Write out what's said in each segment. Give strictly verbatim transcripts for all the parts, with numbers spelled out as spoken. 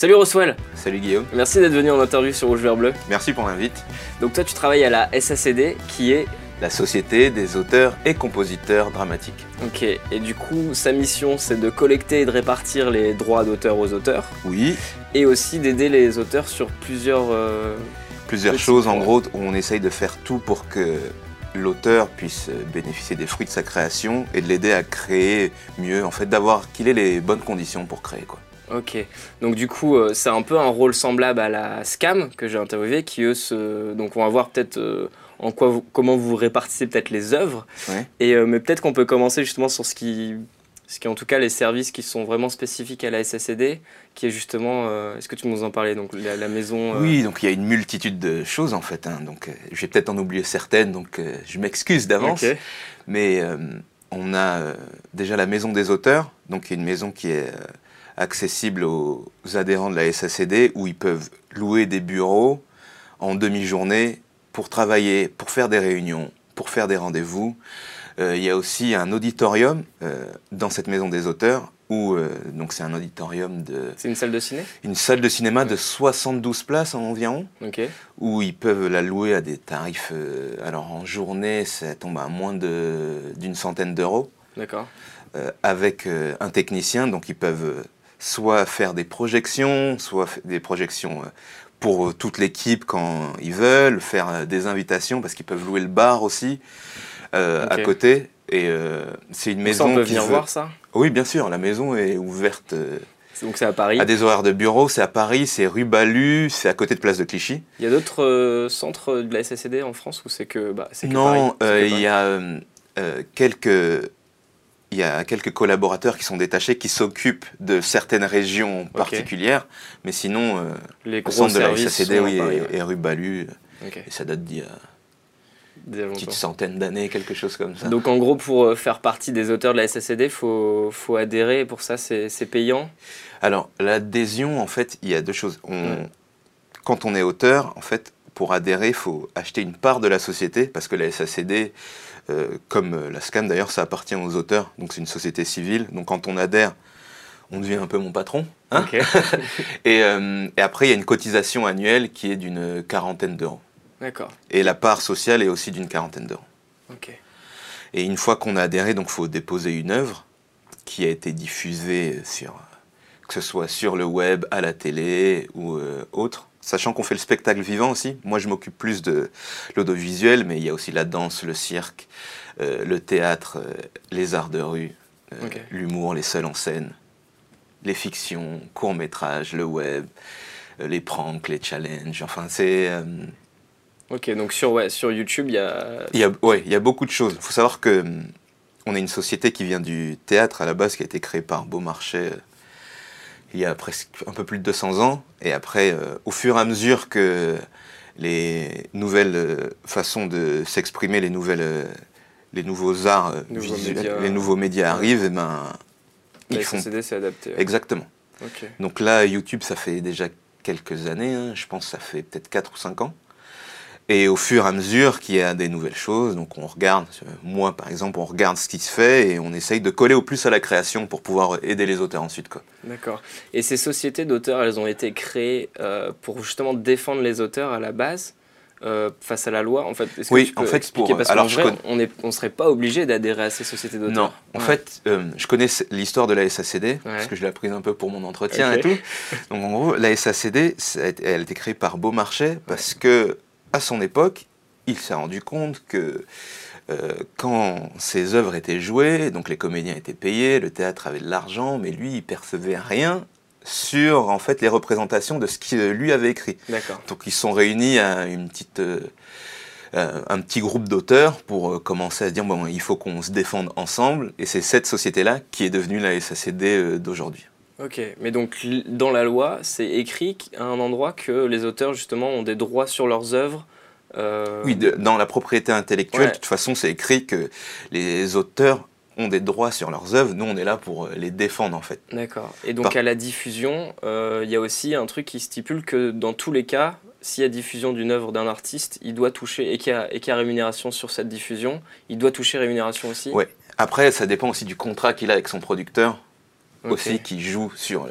Salut Roswell. Salut Guillaume. Merci d'être venu en interview sur Rouge Vert Bleu. Merci pour l'invite. Donc toi tu travailles à la S A C D qui est... La Société des auteurs et compositeurs dramatiques. Ok, et du coup sa mission c'est de collecter et de répartir les droits d'auteur aux auteurs. Oui. Et aussi d'aider les auteurs sur plusieurs... Euh, plusieurs choses en gros, où on essaye de faire tout pour que l'auteur puisse bénéficier des fruits de sa création et de l'aider à créer mieux, en fait d'avoir qu'il ait les bonnes conditions pour créer quoi. Ok, donc du coup euh, c'est un peu un rôle semblable à la S C A M que j'ai interviewé qui eux se... donc on va voir peut-être euh, en quoi vous, comment vous répartissez peut-être les œuvres, Ouais. et euh, mais peut-être qu'on peut commencer justement sur ce qui, ce qui est en tout cas les services qui sont vraiment spécifiques à la S A C D, qui est justement, euh, est-ce que tu peux nous en parler, donc la, la maison euh... Oui, donc il y a une multitude de choses en fait, hein, donc euh, je vais peut-être en oublier certaines, donc euh, je m'excuse d'avance, okay. mais euh, on a euh, déjà la maison des auteurs, donc une maison qui est... Euh, accessible aux adhérents de la S A C D où ils peuvent louer des bureaux en demi-journée pour travailler, pour faire des réunions, pour faire des rendez-vous. Euh, il y a aussi un auditorium euh, dans cette maison des auteurs où euh, donc c'est un auditorium de... C'est une salle de ciné ? Une salle de cinéma de soixante-douze places environ, okay. où ils peuvent la louer à des tarifs... Euh, alors en journée, ça tombe à moins de, d'une centaine d'euros. D'accord. Euh, avec euh, un technicien, donc ils peuvent... Euh, soit faire des projections, soit des projections pour toute l'équipe quand ils veulent, faire des invitations parce qu'ils peuvent louer le bar aussi euh, okay. à côté. Et euh, c'est une donc maison. Ça, on peut qui venir veut... voir ça ? Oui, bien sûr. La maison est ouverte. Euh, donc c'est à Paris. À des horaires de bureau. C'est à Paris, c'est rue Balu, c'est à côté de Place de Clichy. Il y a d'autres euh, centres de la S A C D en France ou c'est que, bah, c'est que non, Paris ? il euh, y a euh, quelques. Il y a quelques collaborateurs qui sont détachés, qui s'occupent de certaines régions particulières, okay. mais sinon, euh, les le centre de la S A C D oui, Paris, est, ouais. est rue Balu, okay. et ça date d'il y a une petite centaine d'années, quelque chose comme ça. Donc en gros, pour faire partie des auteurs de la S A C D, il faut, faut adhérer, et pour ça, c'est payant ? Alors, l'adhésion, en fait, il y a deux choses. On, ouais. Quand on est auteur, en fait, pour adhérer, il faut acheter une part de la société, parce que la S A C D... Euh, comme euh, la S C A M d'ailleurs, ça appartient aux auteurs, donc c'est une société civile. Donc quand on adhère, on devient un peu mon patron. Hein okay. et, euh, et après, il y a une cotisation annuelle qui est d'une quarantaine d'euros. D'accord. Et la part sociale est aussi d'une quarantaine d'euros. Okay. Et une fois qu'on a adhéré, il faut déposer une œuvre qui a été diffusée sur, que ce soit sur le web, à la télé ou euh, autre. Sachant qu'on fait le spectacle vivant aussi. Moi, je m'occupe plus de l'audiovisuel, mais il y a aussi la danse, le cirque, euh, le théâtre, euh, les arts de rue, euh, okay. l'humour, les seuls en scène, les fictions, courts-métrages, le web, euh, les pranks, les challenges. Enfin, c'est... Euh... Ok, donc sur, ouais, sur YouTube, il y a... Il y a, ouais, il y a beaucoup de choses. Il faut savoir qu'on est une société qui vient du théâtre à la base, qui a été créée par Beaumarchais, il y a presque un peu plus de deux cents ans, et après, euh, au fur et à mesure que les nouvelles euh, façons de s'exprimer, les, nouvelles, euh, les nouveaux arts euh, nouveaux visuels, médias, les nouveaux médias ouais. arrivent, et ben, ils la font... S A C D s'est adapté. Ouais. Exactement. Okay. Donc là, YouTube, ça fait déjà quelques années, hein, je pense que ça fait peut-être quatre ou cinq ans. Et au fur et à mesure qu'il y a des nouvelles choses, donc on regarde, moi par exemple, on regarde ce qui se fait et on essaye de coller au plus à la création pour pouvoir aider les auteurs ensuite, quoi. D'accord. Et ces sociétés d'auteurs, elles ont été créées euh, pour justement défendre les auteurs à la base euh, face à la loi, en fait. Est-ce que oui, tu peux en fait, expliquer pour, parce alors, qu'en vrai, on ne on serait pas obligé d'adhérer à ces sociétés d'auteurs. Non, en ouais. fait, euh, je connais l'histoire de la S A C D, ouais. parce que je l'ai apprise un peu pour mon entretien okay. et tout. Donc en gros, la S A C D, elle a été créée par Beaumarchais parce ouais. que à son époque, il s'est rendu compte que euh, quand ses œuvres étaient jouées, donc les comédiens étaient payés, le théâtre avait de l'argent, mais lui, il percevait rien sur en fait les représentations de ce qu'il lui avait écrit. Donc ils sont réunis à une petite, euh, un petit groupe d'auteurs pour euh, commencer à se dire bon, il faut qu'on se défende ensemble, et c'est cette société-là qui est devenue la S A C D euh, d'aujourd'hui. Ok, mais donc dans la loi, c'est écrit à un endroit que les auteurs justement ont des droits sur leurs œuvres. Euh... Oui, de, dans la propriété intellectuelle, ouais. de toute façon, c'est écrit que les auteurs ont des droits sur leurs œuvres. Nous, on est là pour les défendre, en fait. D'accord. Et donc, Par... à la diffusion, il euh, y a aussi un truc qui stipule que dans tous les cas, s'il y a diffusion d'une œuvre d'un artiste, il doit toucher, et qu'il y a, et qu'il y a rémunération sur cette diffusion, il doit toucher rémunération aussi. Oui. Après, ça dépend aussi du contrat qu'il a avec son producteur, okay. aussi, qui joue sur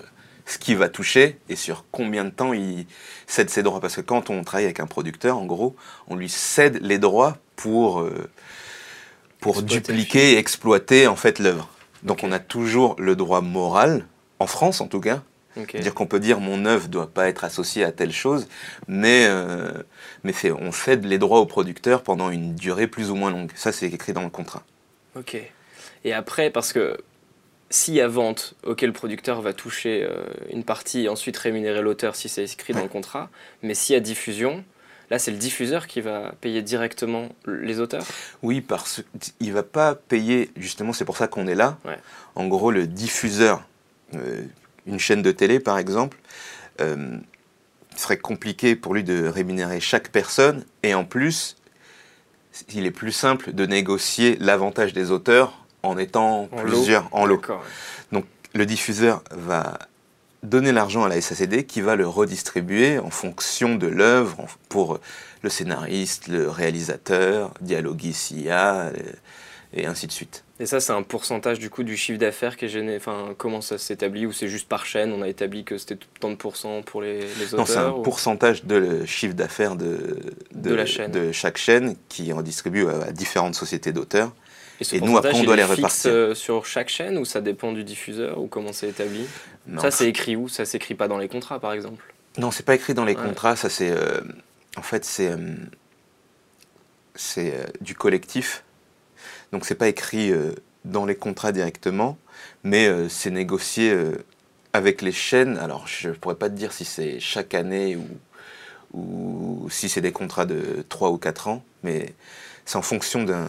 ce qu'il va toucher et sur combien de temps il cède ses droits. Parce que quand on travaille avec un producteur, en gros, on lui cède les droits pour, euh, pour dupliquer et exploiter en fait l'œuvre. Donc okay. on a toujours le droit moral, en France en tout cas. Okay. C'est-à-dire qu'on peut dire mon œuvre ne doit pas être associée à telle chose, mais, euh, mais c'est, on cède les droits au producteur pendant une durée plus ou moins longue. Ça, c'est écrit dans le contrat. Ok. Et après, parce que s'il y a vente, ok, le producteur va toucher euh, une partie et ensuite rémunérer l'auteur si c'est écrit ouais. dans le contrat, mais s'il y a diffusion, là, c'est le diffuseur qui va payer directement les auteurs? Oui, parce qu'il ne va pas payer, justement, c'est pour ça qu'on est là. Ouais. En gros, le diffuseur... Euh, une chaîne de télé, par exemple, euh, serait compliqué pour lui de rémunérer chaque personne. Et en plus, il est plus simple de négocier l'avantage des auteurs en étant en plusieurs lot. en lot. Donc, le diffuseur va donner l'argent à la S A C D qui va le redistribuer en fonction de l'œuvre pour le scénariste, le réalisateur, dialoguiste s'il y a, et ainsi de suite. Et ça, c'est un pourcentage du coup du chiffre d'affaires qui est généré. Enfin, comment ça s'établit? Ou c'est juste par chaîne? On a établi que c'était tant de pourcents pour les, les auteurs? Non, c'est un ou... pourcentage de le chiffre d'affaires de, de, de, la chaîne. de chaque chaîne qui en distribue à différentes sociétés d'auteurs. Et, ce et nous, après, on doit les répartir. Euh, sur chaque chaîne ou ça dépend du diffuseur ou comment c'est établi? Non. Ça, c'est écrit où? Ça s'écrit pas dans les contrats, par exemple? Non, c'est pas écrit dans les ouais. contrats. Ça, c'est euh, en fait c'est euh, c'est euh, du collectif. Donc, c'est pas écrit euh, dans les contrats directement, mais euh, c'est négocié euh, avec les chaînes. Alors, je ne pourrais pas te dire si c'est chaque année ou, ou si c'est des contrats de trois ou quatre ans, mais c'est en fonction d'un,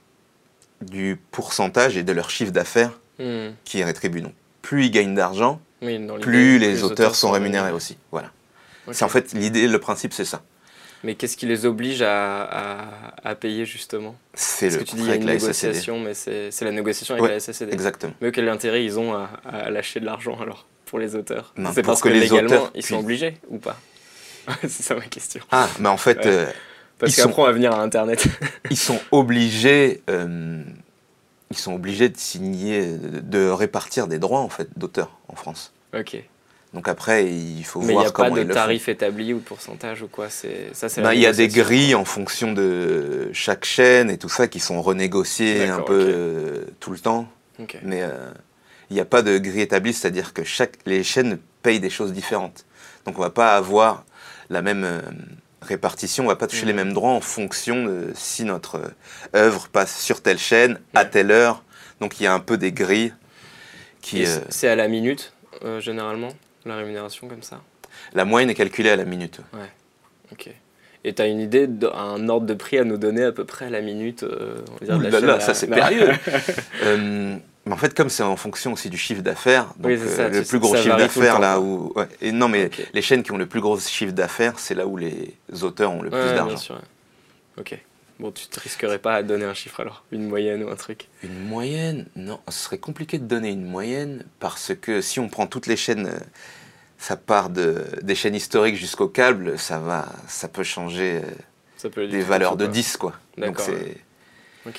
du pourcentage et de leur chiffre d'affaires mmh. qui est rétribué. Donc, plus ils gagnent d'argent, oui, plus les, les auteurs, auteurs sont rémunérés rémunérés. aussi. Voilà. Okay. C'est en fait l'idée, le principe, c'est ça. Mais qu'est-ce qui les oblige à, à, à payer justement? C'est le que tu dis il y a une négociation, mais c'est, c'est la négociation avec ouais, la S A C D. Exactement. Mais quel intérêt ils ont à, à lâcher de l'argent alors pour les auteurs? Non, c'est pour parce que, que les légalement auteurs ils sont obligés ou pas? C'est ça ma question. Ah, mais en fait, ouais. euh, parce qu'après sont... on va venir à Internet. Ils sont obligés, euh, ils sont obligés de signer, de, de répartir des droits en fait d'auteurs en France. Ok. Donc après, il faut mais voir comment ils le font. Mais il n'y a pas de tarif établi ou de pourcentage ou quoi? C'est, ça, c'est ben, il y a des grilles en fonction de chaque chaîne et tout ça qui sont renégociées D'accord, un peu okay. euh, tout le temps. Okay. Mais euh, il n'y a pas de grille établie, c'est-à-dire que chaque, les chaînes payent des choses différentes. Donc on ne va pas avoir la même euh, répartition, on ne va pas toucher mmh. les mêmes droits en fonction de si notre euh, œuvre passe sur telle chaîne, mmh. à telle heure. Donc il y a un peu des grilles qui... Euh... C'est à la minute, euh, généralement? La rémunération comme ça? La moyenne est calculée à la minute. Ouais, ok. Et tu as une idée d'un ordre de prix à nous donner à peu près à la minute euh, on va dire, Ouh de la là chaîne là, à... ça c'est périlleux. euh, mais en fait, comme c'est en fonction aussi du chiffre d'affaires, donc oui, ça, euh, le plus gros chiffre d'affaires là où... Ouais, et non, mais okay. les chaînes qui ont le plus gros chiffre d'affaires, c'est là où les auteurs ont le ouais, plus ouais, d'argent. Bien sûr, ouais. Ok. Bon, tu te risquerais pas à donner un chiffre alors? Une moyenne ou un truc? Une moyenne? Non, ce serait compliqué de donner une moyenne parce que si on prend toutes les chaînes... ça part de, des chaînes historiques jusqu'au câble, ça, va, ça peut changer ça peut des valeurs de dix, quoi. D'accord. Donc c'est... Ok.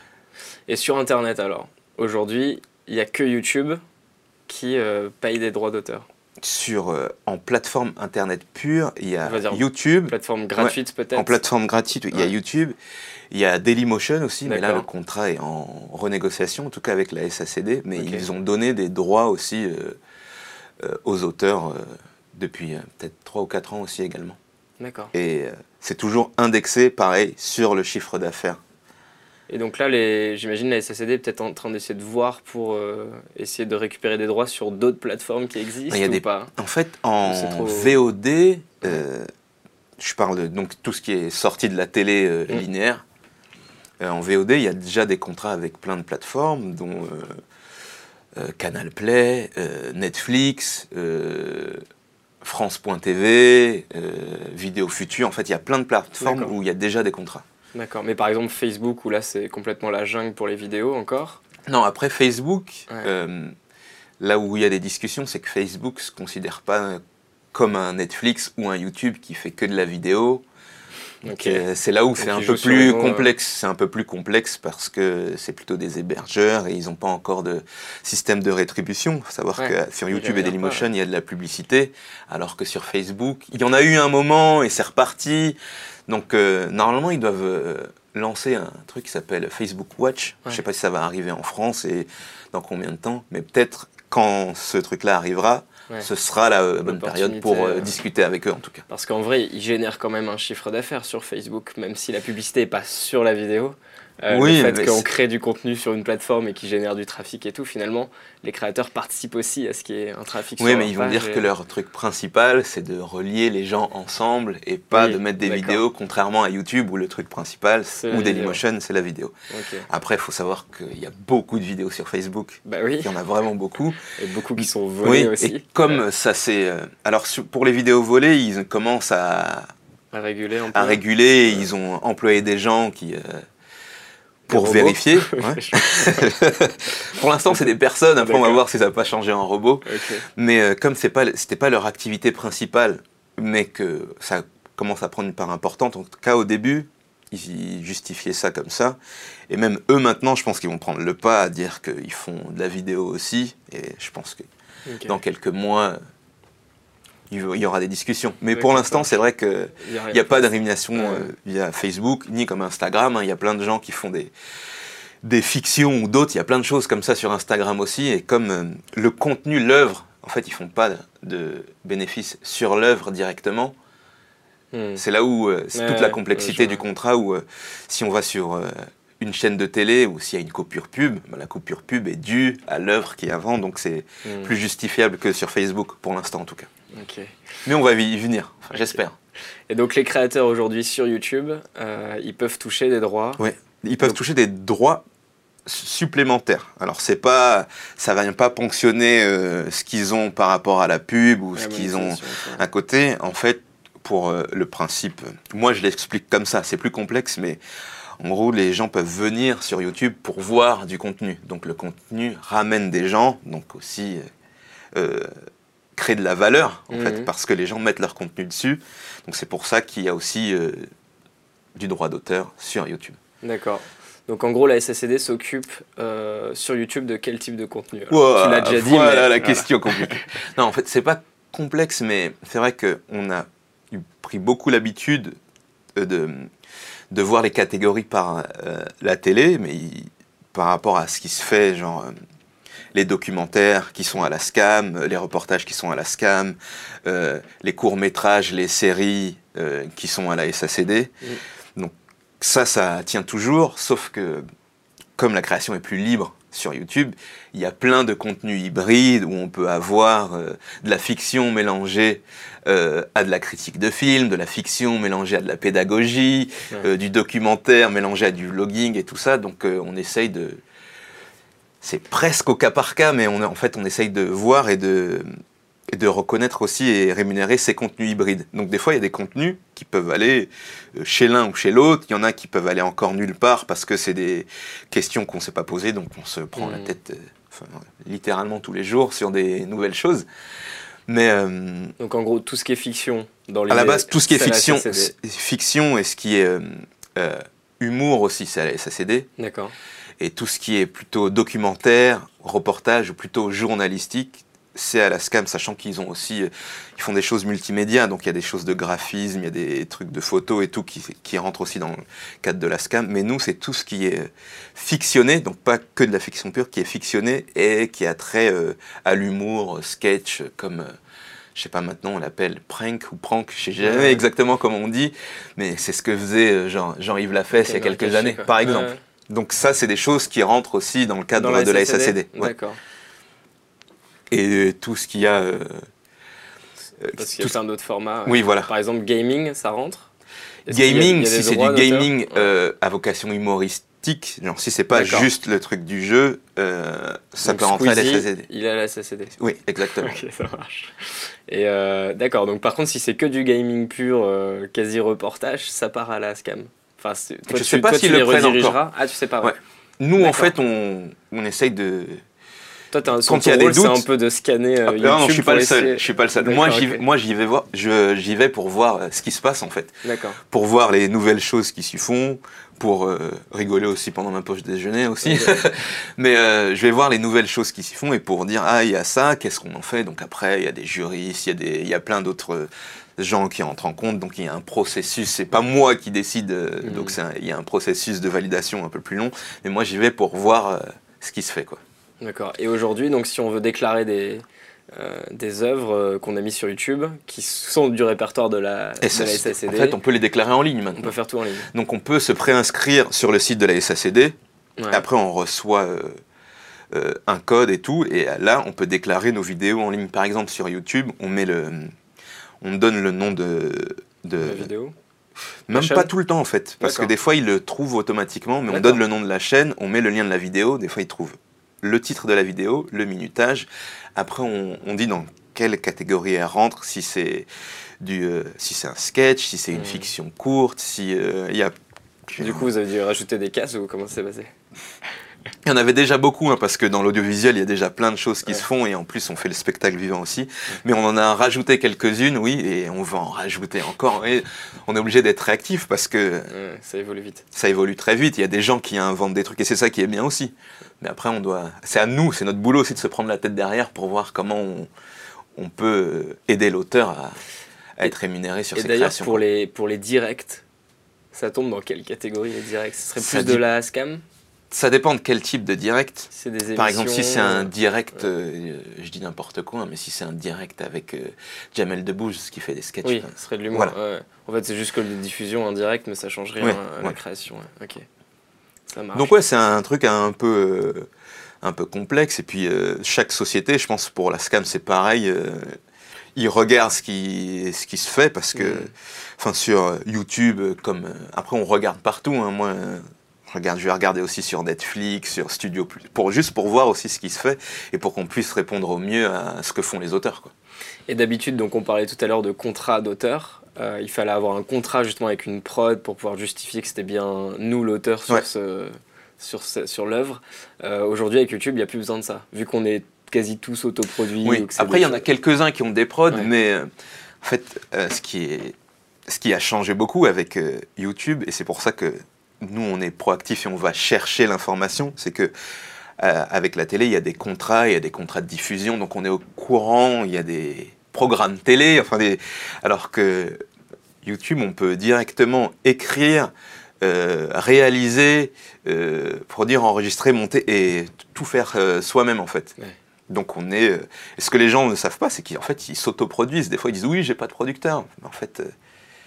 Et sur Internet, alors, aujourd'hui, il n'y a que YouTube qui euh, paye des droits d'auteur. Sur, euh, en plateforme Internet pure, il y a YouTube. Plateforme gratuite, ouais, peut-être? En plateforme gratuite, il ouais. y a YouTube. Il y a Dailymotion aussi, D'accord. mais là, le contrat est en renégociation, en tout cas avec la S A C D. Mais okay. ils ont donné des droits aussi... Euh, Euh, aux auteurs euh, depuis euh, peut-être trois ou quatre ans aussi également. D'accord. Et euh, c'est toujours indexé, pareil, sur le chiffre d'affaires. Et donc là, les, j'imagine la S A C D est peut-être en train d'essayer de voir pour euh, essayer de récupérer des droits sur d'autres plateformes qui existent. Il y a ou des... pas En fait, en trop... V O D, euh, je parle de donc, tout ce qui est sorti de la télé euh, mmh. linéaire. Euh, en V O D, il y a déjà des contrats avec plein de plateformes, dont... Euh, Euh, Canal Play, euh, Netflix, euh, France point T V, euh, Vidéo Future. En fait, il y a plein de plateformes D'accord. où il y a déjà des contrats. D'accord. Mais par exemple, Facebook, où là, c'est complètement la jungle pour les vidéos encore? Non, après Facebook, ouais. euh, là où il y a des discussions, c'est que Facebook ne se considère pas comme un Netflix ou un YouTube qui fait que de la vidéo. Okay. C'est là où c'est un peu plus complexe. C'est un peu plus complexe parce que c'est plutôt des hébergeurs et ils n'ont pas encore de système de rétribution. Il faut savoir ouais. que sur YouTube et Dailymotion, il y a de la publicité, alors que sur Facebook, il y en a eu un moment et c'est reparti. Donc euh, normalement, ils doivent euh, lancer un truc qui s'appelle Facebook Watch. Ouais. Je ne sais pas si ça va arriver en France et dans combien de temps, mais peut-être quand ce truc-là arrivera, ouais. ce sera la euh, bonne période pour euh, discuter avec eux en tout cas. Parce qu'en vrai, ils génèrent quand même un chiffre d'affaires sur Facebook, même si la publicité n'est pas sur la vidéo. Euh, oui, le fait qu'on crée du contenu sur une plateforme et qui génère du trafic et tout, finalement, les créateurs participent aussi à ce qui est un trafic oui, sur mais ils vont dire et... que leur truc principal, c'est de relier les gens ensemble et pas oui, de mettre des vidéos, contrairement à YouTube où le truc principal, ou Dailymotion, c'est la vidéo. Okay. Après, il faut savoir qu'il y a beaucoup de vidéos sur Facebook. Bah oui. Il y en a vraiment beaucoup. Et beaucoup qui sont volées oui, aussi. Et comme ouais. ça, c'est... Alors, pour les vidéos volées, ils commencent à... À réguler un peu. À réguler, ouais. Ils ont employé des gens qui... Euh, pour vérifier. Ouais. Pour l'instant, c'est des personnes. Après, on va voir si ça va pas changer en robot. Okay. Mais euh, comme c'est pas, c'était pas leur activité principale, mais que ça commence à prendre une part importante, en tout cas au début, ils justifiaient ça comme ça. Et même eux, maintenant, je pense qu'ils vont prendre le pas à dire qu'ils font de la vidéo aussi. Et je pense que okay. dans quelques mois, il y aura des discussions. Mais pour l'instant, c'est vrai qu'il n'y a, a pas de rémunération euh, via Facebook, ni comme Instagram. Il hein. y a plein de gens qui font des, des fictions ou d'autres. Il y a plein de choses comme ça sur Instagram aussi. Et comme euh, le contenu, l'œuvre, en fait, ils ne font pas de bénéfices sur l'œuvre directement. Hmm. C'est là où euh, c'est ouais, toute la complexité ouais, du contrat, où euh, si on va sur euh, une chaîne de télé ou s'il y a une coupure pub, ben, la coupure pub est due à l'œuvre qui est avant. Donc c'est hmm. plus justifiable que sur Facebook, pour l'instant en tout cas. Okay. Mais on va y venir, enfin, okay. j'espère. Et donc les créateurs aujourd'hui sur YouTube, euh, ils peuvent toucher des droits. Oui, ils peuvent donc... toucher des droits supplémentaires. Alors c'est pas, ça va vient pas ponctionner euh, ce qu'ils ont par rapport à la pub ou ouais, ce qu'ils ont à côté. En fait, pour euh, le principe, moi je l'explique comme ça, c'est plus complexe, mais en gros les gens peuvent venir sur YouTube pour voir du contenu. Donc le contenu ramène des gens, donc aussi... Euh, créer de la valeur en mmh. fait parce que les gens mettent leur contenu dessus, donc c'est pour ça qu'il y a aussi euh, du droit d'auteur sur YouTube. D'accord. Donc en gros la S A C D s'occupe euh, sur YouTube de quel type de contenu? Alors, wow, tu l'as déjà dit. Voilà mais... la voilà. question compliquée. Non en fait c'est pas complexe, mais c'est vrai qu'on a pris beaucoup l'habitude de, de voir les catégories par euh, la télé, mais il, par rapport à ce qui se fait genre euh, les documentaires qui sont à la SCAM, les reportages qui sont à la SCAM, euh, les courts-métrages, les séries euh, qui sont à la S A C D. Mmh. Donc ça, ça tient toujours, sauf que comme la création est plus libre sur YouTube, il y a plein de contenus hybrides où on peut avoir euh, de la fiction mélangée euh, à de la critique de film, de la fiction mélangée à de la pédagogie, mmh. euh, du documentaire mélangé à du vlogging et tout ça. Donc euh, on essaye de... C'est presque au cas par cas, mais on, en fait, on essaye de voir et de, et de reconnaître aussi et rémunérer ces contenus hybrides. Donc des fois, il y a des contenus qui peuvent aller chez l'un ou chez l'autre. Il y en a qui peuvent aller encore nulle part parce que c'est des questions qu'on ne s'est pas posées, donc on se prend mmh. la tête euh, enfin, littéralement tous les jours sur des nouvelles choses. Mais, euh, donc en gros, tout ce qui est fiction dans les... À la base, tout ce qui est fiction, fiction et ce qui est euh, euh, humour aussi, c'est à la S A C D. D'accord. Et tout ce qui est plutôt documentaire, reportage ou plutôt journalistique, c'est à la SCAM, sachant qu'ils ont aussi, ils font des choses multimédia, donc il y a des choses de graphisme, il y a des trucs de photos et tout qui, qui rentrent aussi dans le cadre de la SCAM. Mais nous, c'est tout ce qui est fictionné, donc pas que de la fiction pure, qui est fictionné et qui a trait euh, à l'humour, sketch, comme... Euh, je sais pas, maintenant on l'appelle prank ou prank, je sais jamais ouais. exactement comment on dit, mais c'est ce que faisait Jean, Jean-Yves Lafesse il y a quelques caché, années, quoi. Par exemple. Ouais. Donc ça, c'est des choses qui rentrent aussi dans le cadre dans de la S A C D. Ouais. D'accord. Et tout ce qu'il y a... Euh, Parce qu'il y a plein d'autres formats. Oui, voilà. Par exemple, gaming, ça rentre? Gaming, y a, y a si c'est du gaming euh, à vocation humoristique, genre si c'est pas juste le truc du jeu, euh, ça donc peut rentrer à la S A C D. Il est à la S A C D. Oui, exactement. Ok, ça marche. Et euh, d'accord, donc par contre, si c'est que du gaming pur, euh, quasi reportage, ça part à la SCAM. Enfin, toi, je ne sais sais pas s'ils le prennent encore. Ah, tu sais pas, ouais. ouais. Nous, en fait, on, on essaye de, Toi, t'as un, quand il y a des doutes, c'est un peu de scanner euh, ah, YouTube. Non, je suis pas le essayer... seul. Je suis pas le seul. Moi, j'y, okay. moi, j'y vais voir. Je, j'y vais pour voir ce qui se passe en fait. D'accord. Pour voir les nouvelles choses qui s'y font, pour euh, rigoler aussi pendant ma pause déjeuner aussi. Okay. Mais euh, je vais voir les nouvelles choses qui s'y font et pour dire ah il y a ça, qu'est-ce qu'on en fait. Donc après, il y a des juristes, il y a des, il y a plein d'autres gens qui entrent en compte. Donc il y a un processus. C'est pas moi qui décide. Mmh. Donc c'est un, il y a un processus de validation un peu plus long. Mais moi, j'y vais pour voir euh, ce qui se fait quoi. D'accord. Et aujourd'hui, donc, si on veut déclarer des, euh, des œuvres euh, qu'on a mises sur YouTube, qui sont du répertoire de la, de la S A C D... En fait, on peut les déclarer en ligne maintenant. On peut faire tout en ligne. Donc, on peut se préinscrire sur le site de la S A C D. Ouais. Et après, on reçoit euh, euh, un code et tout. Et là, on peut déclarer nos vidéos en ligne. Par exemple, sur YouTube, on, met le, on donne le nom de... de la vidéo Même pas tout le temps, en fait. Parce que des fois, il le trouve automatiquement. Mais on donne le nom de la chaîne, on met le lien de la vidéo. Des fois, il trouve le titre de la vidéo, le minutage. Après, on, on dit dans quelle catégorie elle rentre, si c'est du, euh, si c'est un sketch, si c'est une mmh. fiction courte, si il euh, y a... Du coup, vous avez dû rajouter des cases ou comment ça s'est passé? Il y en avait déjà beaucoup, hein, parce que dans l'audiovisuel, il y a déjà plein de choses qui ouais. se font, et en plus, on fait le spectacle vivant aussi. Ouais. Mais on en a rajouté quelques-unes, oui, et on va en rajouter encore. Et on est obligé d'être réactif, parce que... Ouais, ça évolue vite. Ça évolue très vite. Il y a des gens qui inventent des trucs, et c'est ça qui est bien aussi. Mais après, on doit... c'est à nous, c'est notre boulot aussi de se prendre la tête derrière pour voir comment on, on peut aider l'auteur à, à être rémunéré sur et ses créations. créations. Et d'ailleurs, pour les, pour les directs, ça tombe dans quelle catégorie les directs? Ce serait plus ça de dit... la scam? Ça dépend de quel type de direct. C'est des émissions... Par exemple, si c'est un direct, ouais. euh, je dis n'importe quoi, hein, mais si c'est un direct avec euh, Jamel Debbouze qui fait des sketchs. Oui, ce serait de l'humour. Voilà. Ouais. En fait, c'est juste que les diffusions en direct, mais ça change rien ouais, à la ouais. création. Ouais. Ok. Ça marche. Donc ouais, c'est un truc un peu, euh, un peu complexe. Et puis euh, chaque société, je pense pour la scam, c'est pareil. Euh, ils regardent ce qui, ce qui se fait parce que, enfin mmh. sur YouTube, comme après on regarde partout. Hein, moi. Regarde, je vais regarder aussi sur Netflix, sur Studio Plus, pour, juste pour voir aussi ce qui se fait et pour qu'on puisse répondre au mieux à ce que font les auteurs, quoi. Et d'habitude, donc on parlait tout à l'heure de contrat d'auteur. Euh, il fallait avoir un contrat justement avec une prod pour pouvoir justifier que c'était bien nous l'auteur sur, ouais. ce, sur, ce, sur l'œuvre. Euh, aujourd'hui, avec YouTube, il n'y a plus besoin de ça, vu qu'on est quasi tous autoproduits. Oui. Après, il y en a quelques-uns qui ont des prods, ouais. mais euh, en fait, euh, ce, qui est, ce qui a changé beaucoup avec euh, YouTube, et c'est pour ça que nous, on est proactifs et on va chercher l'information, c'est que euh, avec la télé, il y a des contrats, il y a des contrats de diffusion, donc on est au courant, il y a des programmes télé, enfin des... alors que YouTube, on peut directement écrire, euh, réaliser, euh, produire, enregistrer, monter et tout faire euh, soi-même en fait. Ouais. Donc on est... Euh... Et ce que les gens ne savent pas, c'est qu'en fait, ils s'autoproduisent. Des fois, ils disent « oui, j'ai pas de producteur ». Mais en fait... Euh,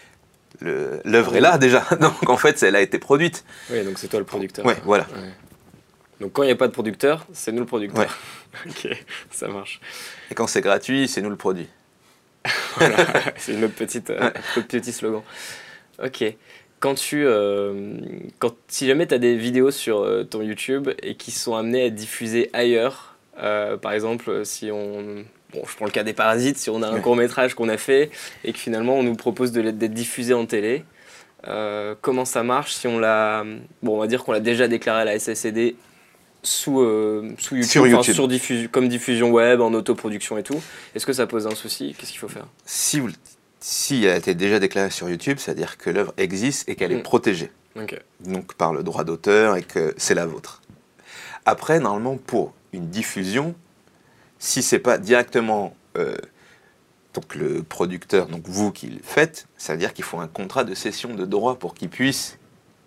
l'œuvre est là déjà, donc en fait elle a été produite. Oui, donc c'est toi le producteur. Oui, voilà. Ouais. Donc quand il n'y a pas de producteur, c'est nous le producteur. Ouais. Ok, ça marche. Et quand c'est gratuit, c'est nous le produit. Voilà, c'est notre, petite, euh, ouais. notre petit slogan. Ok. Quand tu, euh, quand, si jamais tu as des vidéos sur euh, ton YouTube et qui sont amenées à être diffusées ailleurs, euh, par exemple si on... Bon, je prends le cas des Parasites, si on a un ouais. court-métrage qu'on a fait et que finalement on nous propose de d'être diffusé en télé, euh, comment ça marche si on l'a... Bon, on va dire qu'on l'a déjà déclaré à la S A C D sous, euh, sous YouTube, sur YouTube. Enfin, sur diffusion, comme diffusion web, en autoproduction et tout. Est-ce que ça pose un souci? Qu'est-ce qu'il faut faire? Si, vous, si elle a été déjà déclarée sur YouTube, c'est-à-dire que l'œuvre existe et qu'elle mmh. est protégée. Okay. Donc par le droit d'auteur et que c'est la vôtre. Après, normalement, pour une diffusion, si c'est pas directement euh, donc le producteur, donc vous qui le faites, ça veut dire qu'il faut un contrat de cession de droit pour qu'il puisse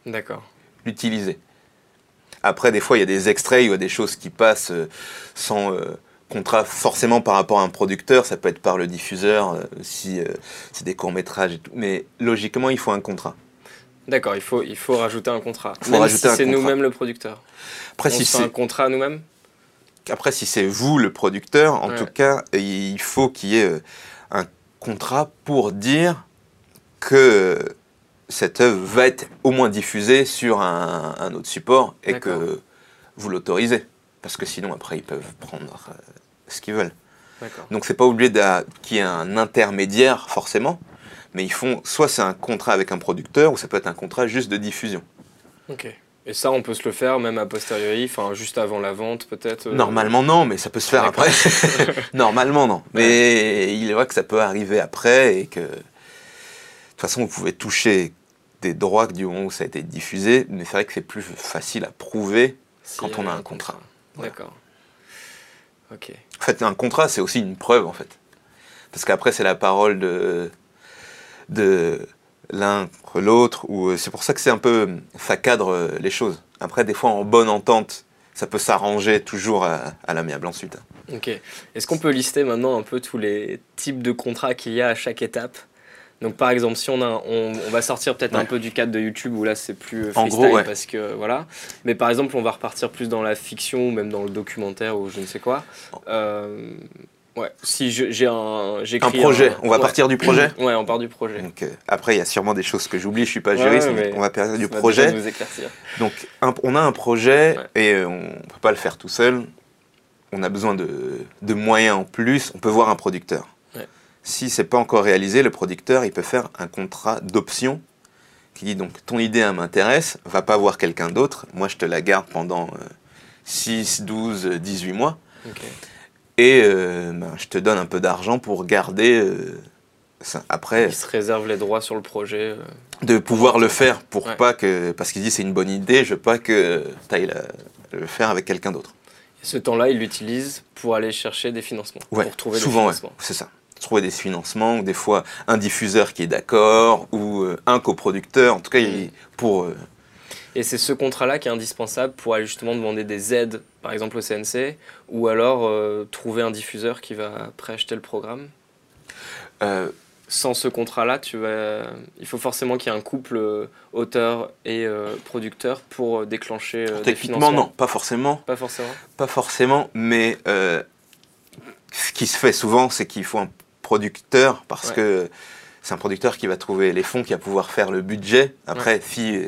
l'utiliser. Après, des fois, il y a des extraits, il y a des choses qui passent euh, sans euh, contrat forcément par rapport à un producteur, ça peut être par le diffuseur, euh, si euh, c'est des courts-métrages et tout, mais logiquement, il faut un contrat. D'accord, il faut, il faut rajouter un contrat. Il faut Même rajouter si un c'est contrat. nous-mêmes le producteur. Après, on si se fait c'est un contrat nous-mêmes. Après, si c'est vous le producteur, en ouais. tout cas, il faut qu'il y ait un contrat pour dire que cette œuvre va être au moins diffusée sur un, un autre support et que vous l'autorisez. Parce que sinon, après, ils peuvent prendre euh, ce qu'ils veulent. Donc, c'est pas obligé qu'il y ait un intermédiaire, forcément, mais ils font, soit c'est un contrat avec un producteur, ou ça peut être un contrat juste de diffusion. Ok. Et ça, on peut se le faire même a posteriori, enfin juste avant la vente peut-être euh... Normalement non, mais ça peut se faire après. Normalement non, mais ouais. Il est vrai que ça peut arriver après et que de toute façon vous pouvez toucher des droits du moment où ça a été diffusé, mais c'est vrai que c'est plus facile à prouver si quand on a un contrat. contrat. Voilà. D'accord. Ok. En fait, un contrat c'est aussi une preuve en fait, parce qu'après c'est la parole de de l'un contre l'autre, ou c'est pour ça que c'est un peu, ça cadre les choses. Après, des fois, en bonne entente, ça peut s'arranger toujours à, à l'amiable ensuite. Ok. Est-ce qu'on peut lister maintenant un peu tous les types de contrats qu'il y a à chaque étape? Donc par exemple, si on a, on, on va sortir peut-être ouais. un peu du cadre de YouTube où là c'est plus freestyle en gros, ouais. parce que voilà. Mais par exemple, on va repartir plus dans la fiction ou même dans le documentaire ou je ne sais quoi. Euh, Ouais, si j'ai un... Un projet, un, on va ouais. partir du projet. Ouais, on part du projet. Donc, euh, après, il y a sûrement des choses que j'oublie, je suis pas juriste, ouais, ouais, on va partir du projet. Nous éclaircir. Donc, un, on a un projet ouais. et on ne peut pas le faire tout seul. On a besoin de, de moyens en plus, on peut voir un producteur. Ouais. Si ce n'est pas encore réalisé, le producteur, il peut faire un contrat d'option qui dit donc, ton idée m'intéresse, va pas voir quelqu'un d'autre, moi je te la garde pendant euh, six, douze, dix-huit mois. Okay. Et euh, ben, je te donne un peu d'argent pour garder euh, ça. Après, il se réserve les droits sur le projet. Euh, de pouvoir le faire pour ouais. pas que, parce qu'il dit c'est une bonne idée, je veux pas que tu ailles le faire avec quelqu'un d'autre. Et ce temps-là, il l'utilise pour aller chercher des financements, ouais, pour trouver souvent, des financements. Ouais, c'est ça. Trouver des financements, ou des fois un diffuseur qui est d'accord, ou euh, un coproducteur, en tout cas, mmh. il, pour... Euh, Et c'est ce contrat-là qui est indispensable pour aller justement demander des aides, par exemple au C N C, ou alors euh, trouver un diffuseur qui va préacheter le programme. Euh, Sans ce contrat-là, tu vas... il faut forcément qu'il y ait un couple euh, auteur et euh, producteur pour déclencher euh, des financements. Techniquement, non, pas forcément. Pas forcément. Pas forcément, mais euh, ce qui se fait souvent, c'est qu'il faut un producteur, parce ouais. que c'est un producteur qui va trouver les fonds, qui va pouvoir faire le budget. Après, ouais. si...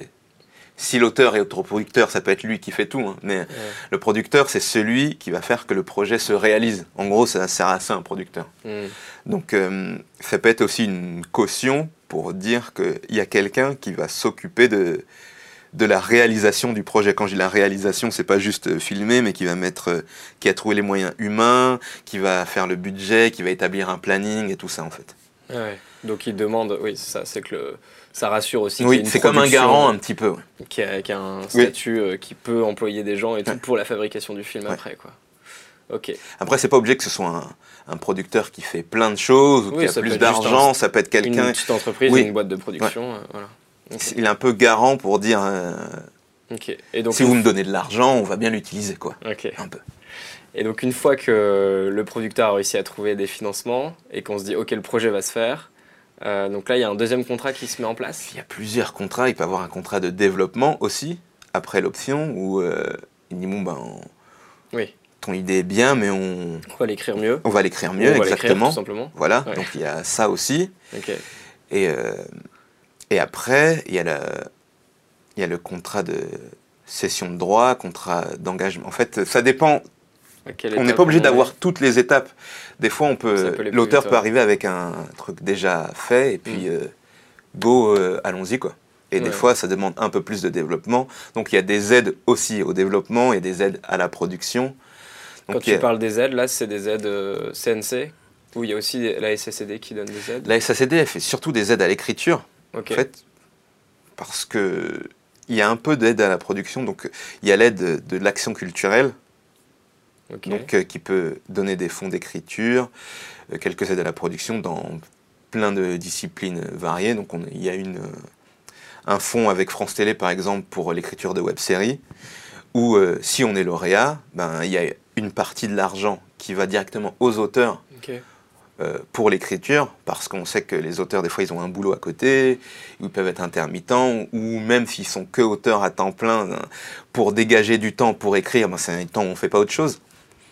Si l'auteur est autoproducteur, ça peut être lui qui fait tout, hein, mais ouais. le producteur, c'est celui qui va faire que le projet se réalise. En gros, ça sert à ça, un producteur. Mm. Donc, euh, ça peut être aussi une caution pour dire qu'il y a quelqu'un qui va s'occuper de, de la réalisation du projet. Quand je dis la réalisation, c'est pas juste filmer, mais qui va mettre, euh, qui a trouvé les moyens humains, qui va faire le budget, qui va établir un planning et tout ça, en fait. Ouais. Donc, il demande, oui, c'est ça, c'est que le... ça rassure aussi. Oui, c'est comme un garant un petit peu. Ouais. Qui, a, qui a un statut oui. euh, qui peut employer des gens et tout ouais. pour la fabrication du film ouais. après, quoi. Ok. Après, c'est pas obligé que ce soit un, un producteur qui fait plein de choses ou oui, qui a plus d'argent. Ça peut être quelqu'un. Une petite entreprise, oui. une boîte de production. Ouais. Euh, voilà. Okay. Il est un peu garant pour dire. Euh, okay. Et donc, si vous me donnez de l'argent, on va bien l'utiliser, quoi. Okay. Un peu. Et donc, une fois que le producteur a réussi à trouver des financements et qu'on se dit, ok, le projet va se faire. Euh, donc là, il y a un deuxième contrat qui se met en place. Il y a plusieurs contrats. Il peut y avoir un contrat de développement aussi, après l'option, où euh, il dit, bon, ben, on... oui. ton idée est bien, mais on... On va l'écrire mieux. On va l'écrire mieux, on exactement. Va tout simplement. Voilà, ouais. donc il y a ça aussi. Okay. Et, euh, et après, il y, a la, il y a le contrat de cession de droit, contrat d'engagement. En fait, ça dépend... On n'est pas obligé d'avoir toutes les étapes. Des fois, on peut, peut l'auteur peut arriver avec un truc déjà fait et puis mmh. euh, go, euh, allons-y quoi. Et ouais. des fois, ça demande un peu plus de développement. Donc, il y a des aides aussi au développement et des aides à la production. Donc, Quand tu a... parles des aides, là, c'est des aides euh, C N C ou il y a aussi la S A C D qui donne des aides? La S A C D, elle fait surtout des aides à l'écriture, okay. en fait, parce que il y a un peu d'aide à la production. Donc, il y a l'aide de, de l'action culturelle. Okay. Donc, euh, qui peut donner des fonds d'écriture, euh, quelques aides à la production dans plein de disciplines variées. Donc, on, il y a une, euh, un fonds avec France Télé, par exemple, pour l'écriture de web-séries, où euh, si on est lauréat, ben, il y a une partie de l'argent qui va directement aux auteurs okay. euh, pour l'écriture, parce qu'on sait que les auteurs, des fois, ils ont un boulot à côté, ils peuvent être intermittents, ou même s'ils sont que auteurs à temps plein, ben, pour dégager du temps pour écrire, ben, c'est un temps où on ne fait pas autre chose.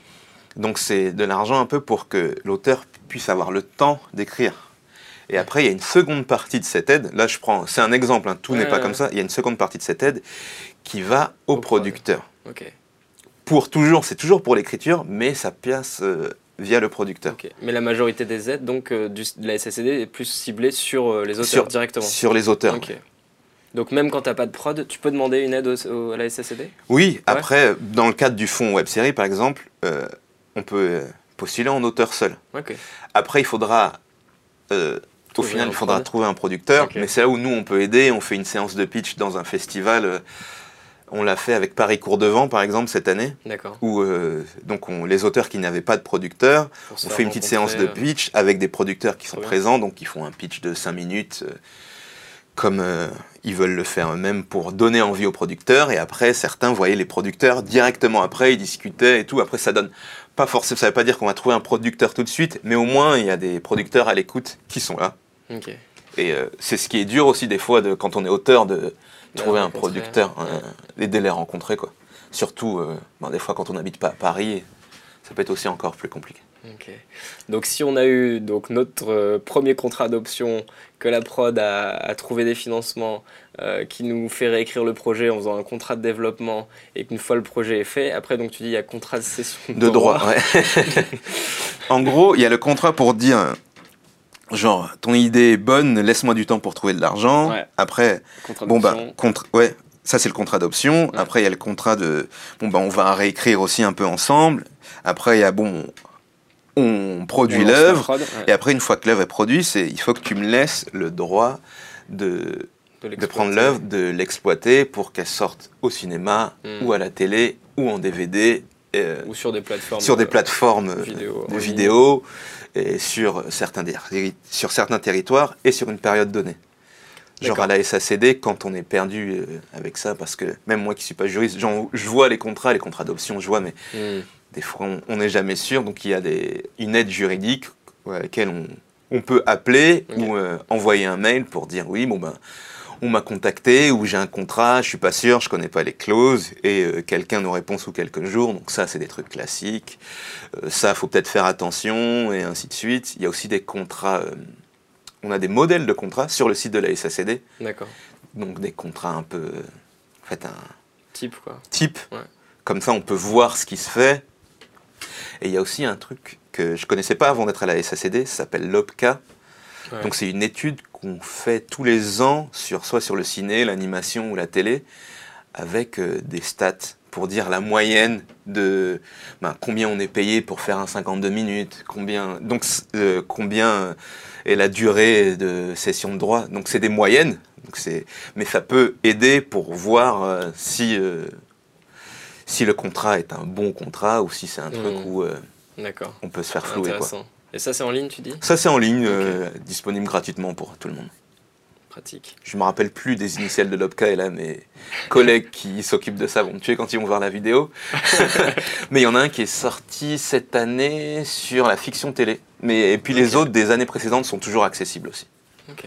Donc c'est de l'argent un peu pour que l'auteur puisse avoir le temps d'écrire. Et après, il y a une seconde partie de cette aide. Là, je prends, c'est un exemple, hein, tout ouais, n'est pas ouais. comme ça. Il y a une seconde partie de cette aide qui va au, au producteur. Okay. Pour toujours, c'est toujours pour l'écriture, mais ça passe euh, via le producteur. Okay. Mais la majorité des aides, donc, euh, du, de la S A C D est plus ciblée sur euh, les auteurs sur, directement. Sur les auteurs. Okay. Donc même quand tu n'as pas de prod, tu peux demander une aide au, au, à la S A C D? Oui, ouais. Après, ouais. dans le cadre du fonds web série, par exemple, euh, on peut postuler en auteur seul. Okay. Après, il faudra... Euh, Au final, il faudra prod. trouver un producteur, okay. mais c'est là où nous, on peut aider. On fait une séance de pitch dans un festival. Euh, on l'a fait avec Paris Cours-de-Vent, par exemple, cette année. D'accord. Où euh, donc on, les auteurs qui n'avaient pas de producteur, on fait une petite séance de pitch avec des producteurs qui sont bien. présents, donc qui font un pitch de cinq minutes, euh, comme euh, ils veulent le faire eux-mêmes pour donner envie aux producteurs. Et après, certains voyaient les producteurs directement après, ils discutaient et tout. Après, ça donne... Pas forcément, ça ne veut pas dire qu'on va trouver un producteur tout de suite, mais au moins il y a des producteurs à l'écoute qui sont là. Okay. Et euh, c'est ce qui est dur aussi des fois de, quand on est auteur de trouver un producteur, ouais. euh, et de les rencontrer quoi. Surtout euh, ben, des fois quand on n'habite pas à Paris, ça peut être aussi encore plus compliqué. Okay. Donc si on a eu donc, notre euh, premier contrat d'option, que la prod a, a trouvé des financements, euh, qui nous fait réécrire le projet en faisant un contrat de développement, et qu'une fois le projet est fait, après donc tu dis il y a contrat de cession de, de droit. droit ouais. En gros, il y a le contrat pour dire genre ton idée est bonne, laisse-moi du temps pour trouver de l'argent. Ouais. Après, bon bah contre, ouais, ça c'est le contrat d'option. Ouais. Après il y a le contrat de bon bah on va réécrire aussi un peu ensemble. Après il y a bon on produit l'œuvre, ouais. Et après, une fois que l'œuvre est produite, c'est il faut que tu me laisses le droit de, de, de prendre l'œuvre, de l'exploiter pour qu'elle sorte au cinéma, mmh. ou à la télé, ou en D V D. Euh, ou sur des plateformes, sur des plateformes euh, vidéo, de vidéos, et sur certains, sur certains territoires, et sur une période donnée. Genre à la S A C D, quand on est perdu avec ça, parce que même moi qui ne suis pas juriste, genre, je vois les contrats, les contrats d'option, je vois, mais... Mmh. Des fois, on n'est jamais sûr, donc il y a des, une aide juridique à laquelle on, on peut appeler, okay. ou euh, envoyer un mail pour dire oui, bon ben, on m'a contacté, ou j'ai un contrat, je suis pas sûr, je connais pas les clauses, et euh, quelqu'un nous répond sous quelques jours, donc ça c'est des trucs classiques, euh, ça faut peut-être faire attention, et ainsi de suite. Il y a aussi des contrats, euh, on a des modèles de contrats sur le site de la S A C D, d'accord. Donc des contrats un peu, en fait un... Type quoi. Type, ouais. Comme ça on peut voir ce qui se fait. Et il y a aussi un truc que je ne connaissais pas avant d'être à la S A C D, ça s'appelle l'O P C A. Ouais. Donc c'est une étude qu'on fait tous les ans, sur, soit sur le ciné, l'animation ou la télé, avec euh, des stats pour dire la moyenne de ben, combien on est payé pour faire un cinquante-deux minutes, combien, donc, euh, combien est la durée de session de droit. Donc c'est des moyennes, donc c'est, mais ça peut aider pour voir euh, si... Euh, si le contrat est un bon contrat ou si c'est un mmh. truc où euh, on peut se faire flouer. Quoi. Et ça, c'est en ligne, tu dis? Ça, c'est en ligne, okay. euh, disponible gratuitement pour tout le monde. Pratique. Je me rappelle plus des initiales de l'O P C A, et là, mes collègues qui s'occupent de ça vont me tuer quand ils vont voir la vidéo. Mais il y en a un qui est sorti cette année sur la fiction télé. Mais, et puis okay. les autres des années précédentes sont toujours accessibles aussi. Ok.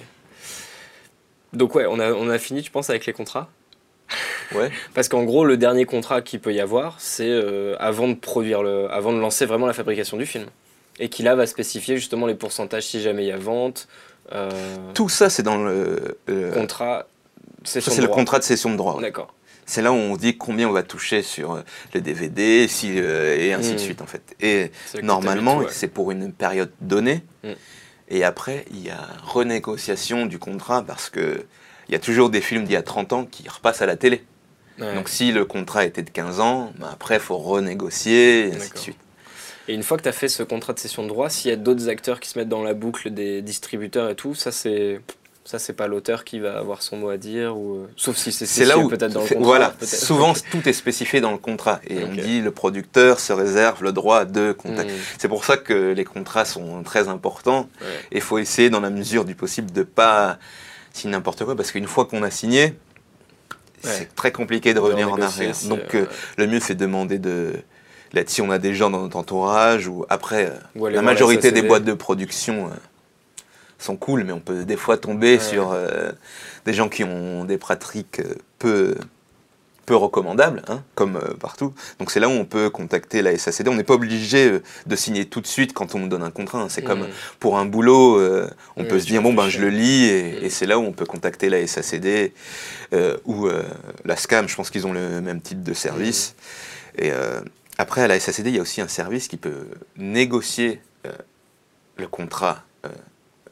Donc ouais, on a, on a fini, tu penses, avec les contrats? Ouais. Parce qu'en gros, le dernier contrat qu'il peut y avoir, c'est euh, avant de produire le, avant de lancer vraiment la fabrication du film, et qui là va spécifier justement les pourcentages si jamais il y a vente. Euh... Tout ça, c'est dans le, le... contrat. Ça, c'est le contrat de cession de droit. D'accord. C'est là où on dit combien on va toucher sur le D V D, si, euh, et ainsi mmh. de suite en fait. Et normalement, tout, ouais. c'est pour une période donnée. Mmh. Et après, il y a renégociation du contrat parce que il y a toujours des films d'il y a trente ans qui repassent à la télé. Ouais. Donc si le contrat était de quinze ans, bah après il faut renégocier, et ainsi de suite. Et une fois que tu as fait ce contrat de cession de droit, s'il y a d'autres acteurs qui se mettent dans la boucle des distributeurs et tout, ça c'est ça c'est pas l'auteur qui va avoir son mot à dire, ou sauf si c'est c'est là où peut-être dans le contrat. Voilà, souvent tout est spécifié dans le contrat et okay. on dit le producteur se réserve le droit de contact. Mmh. C'est pour ça que les contrats sont très importants ouais. et il faut essayer dans la mesure du possible de pas signer n'importe quoi parce qu'une fois qu'on a signé, ouais. c'est très compliqué de revenir en arrière. Donc euh, ouais. le mieux c'est de demander de l'aide si on a des gens dans notre entourage ou après ou la majorité la des boîtes de production euh, sont cool, mais on peut des fois tomber ouais. sur euh, des gens qui ont des pratiques euh, peu, peu recommandables, hein, comme euh, partout. Donc c'est là où on peut contacter la S A C D. On n'est pas obligé euh, de signer tout de suite quand on nous donne un contrat. Hein. C'est mmh. comme pour un boulot, euh, on mmh, peut se dire, bon, ben je le lis, et, mmh. et c'est là où on peut contacter la S A C D euh, ou euh, la SCAM. Je pense qu'ils ont le même type de service. Mmh. Et euh, après, à la S A C D, il y a aussi un service qui peut négocier euh, le contrat euh,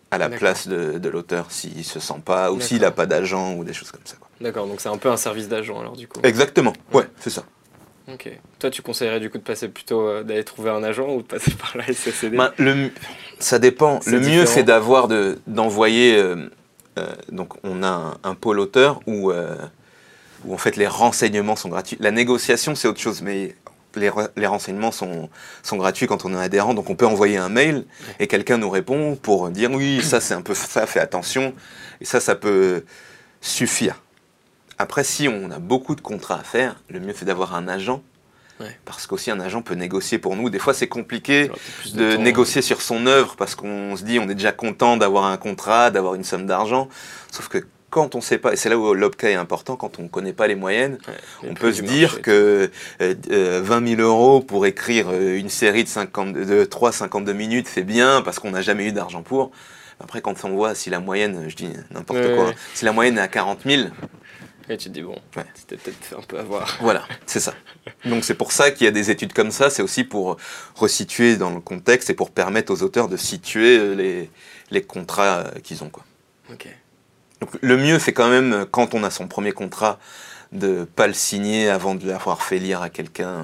à la D'accord. place de, de l'auteur s'il se sent pas, ou D'accord. s'il n'a pas d'agent, ou des choses comme ça. Quoi. D'accord, donc c'est un peu un service d'agent alors du coup. Exactement, ouais, c'est ça. Ok. Toi, tu conseillerais du coup de passer plutôt euh, d'aller trouver un agent ou de passer par la S A C D? Ben, le, ça dépend. C'est Le mieux, différent. c'est d'avoir de, d'envoyer. Euh, euh, donc, on a un, un pôle auteur où, euh, où en fait les renseignements sont gratuits. La négociation, c'est autre chose, mais les, les renseignements sont, sont gratuits quand on est adhérent. Donc, on peut envoyer un mail et quelqu'un nous répond pour dire oui, ça c'est un peu ça, fais attention. Et ça, ça peut suffire. Après, si on a beaucoup de contrats à faire, le mieux c'est d'avoir un agent. Ouais. Parce qu'aussi un agent peut négocier pour nous. Des fois, c'est compliqué plus de, de temps, négocier sur son œuvre parce qu'on se dit on est déjà content d'avoir un contrat, d'avoir une somme d'argent. Sauf que quand on ne sait pas, et c'est là où l'Opca est important, quand on ne connaît pas les moyennes, Ouais, les on prix peut se du dire marché. que euh, euh, vingt mille euros pour écrire euh, une série de, cinquante, de trois à cinquante-deux minutes, c'est bien parce qu'on n'a jamais eu d'argent pour. Après, quand on voit si la moyenne, je dis n'importe Ouais, quoi, ouais. hein, si la moyenne est à quarante mille, Et tu te dis, bon, Ouais. c'était peut-être fait un peu avoir. voilà, c'est ça. Donc c'est pour ça qu'il y a des études comme ça, c'est aussi pour resituer dans le contexte et pour permettre aux auteurs de situer les, les contrats qu'ils ont. Quoi. Ok. Donc le mieux, c'est quand même, quand on a son premier contrat, de ne pas le signer avant de l'avoir fait lire à quelqu'un,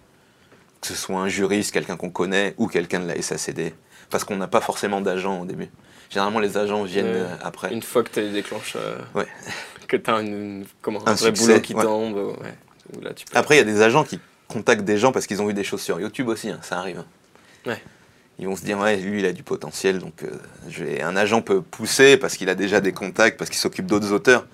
que ce soit un juriste, quelqu'un qu'on connaît, ou quelqu'un de la S A C D, parce qu'on n'a pas forcément d'agent au début. Généralement, les agents viennent Ouais. euh, après. Une fois que tu déclenches, euh, Ouais. que tu as une, une- comment, un, Un vrai succès, boulot qui ouais. tombe, ouais. Où là, tu peux... Après, il y a des agents qui contactent des gens parce qu'ils ont vu des choses sur YouTube aussi, hein, ça arrive. Hein. Ouais. Ils vont se dire, ouais, lui, il a du potentiel, donc euh, je vais... un agent peut pousser parce qu'il a déjà des contacts, parce qu'il s'occupe d'autres auteurs.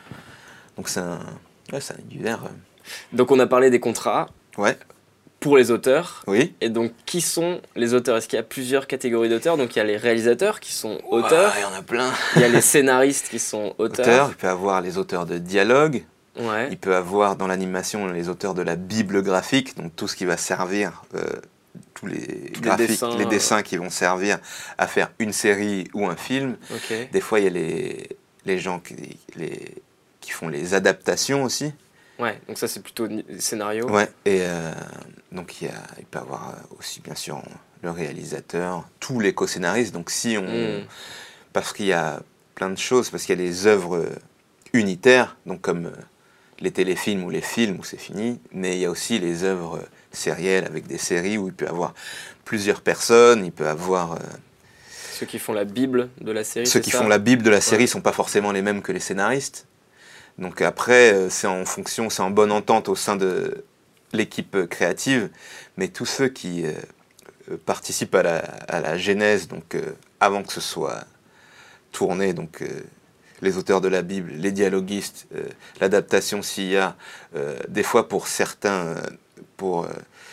Donc c'est un, ouais, c'est un univers. euh. Donc on a parlé des contrats Ouais, pour les auteurs. oui. Et donc, qui sont les auteurs? Est-ce qu'il y a plusieurs catégories d'auteurs? Donc, il y a les réalisateurs qui sont auteurs. Ouah, il y en a plein. Il y a les scénaristes qui sont auteurs. Auteurs, il peut avoir les auteurs de dialogue, Ouais. il peut avoir dans l'animation les auteurs de la bible graphique, donc tout ce qui va servir, euh, tous les Tous les graphiques, dessins, les euh. dessins qui vont servir à faire une série ou un film. Ok. Des fois, il y a les, les gens qui, les, qui font les adaptations aussi. Ouais. Donc ça, c'est plutôt ni- scénario. Ouais, et euh, donc il, y a, il peut y avoir aussi bien sûr le réalisateur, tous les co-scénaristes. Donc si on, Mm. parce qu'il y a plein de choses, parce qu'il y a les œuvres unitaires, donc comme euh, les téléfilms ou les films où c'est fini, mais il y a aussi les œuvres sérielles avec des séries où il peut y avoir plusieurs personnes, il peut y avoir euh, Ceux qui font la bible de la série. ceux c'est qui ça font la bible de la série Ouais. sont pas forcément les mêmes que les scénaristes. Donc après, euh, c'est en fonction, c'est en bonne entente au sein de l'équipe euh, créative, mais tous ceux qui euh, euh, participent à la, à la genèse, donc euh, avant que ce soit tourné, donc euh, les auteurs de la Bible, les dialoguistes, euh, l'adaptation s'il y a, euh, des fois pour certains, euh, pour, euh,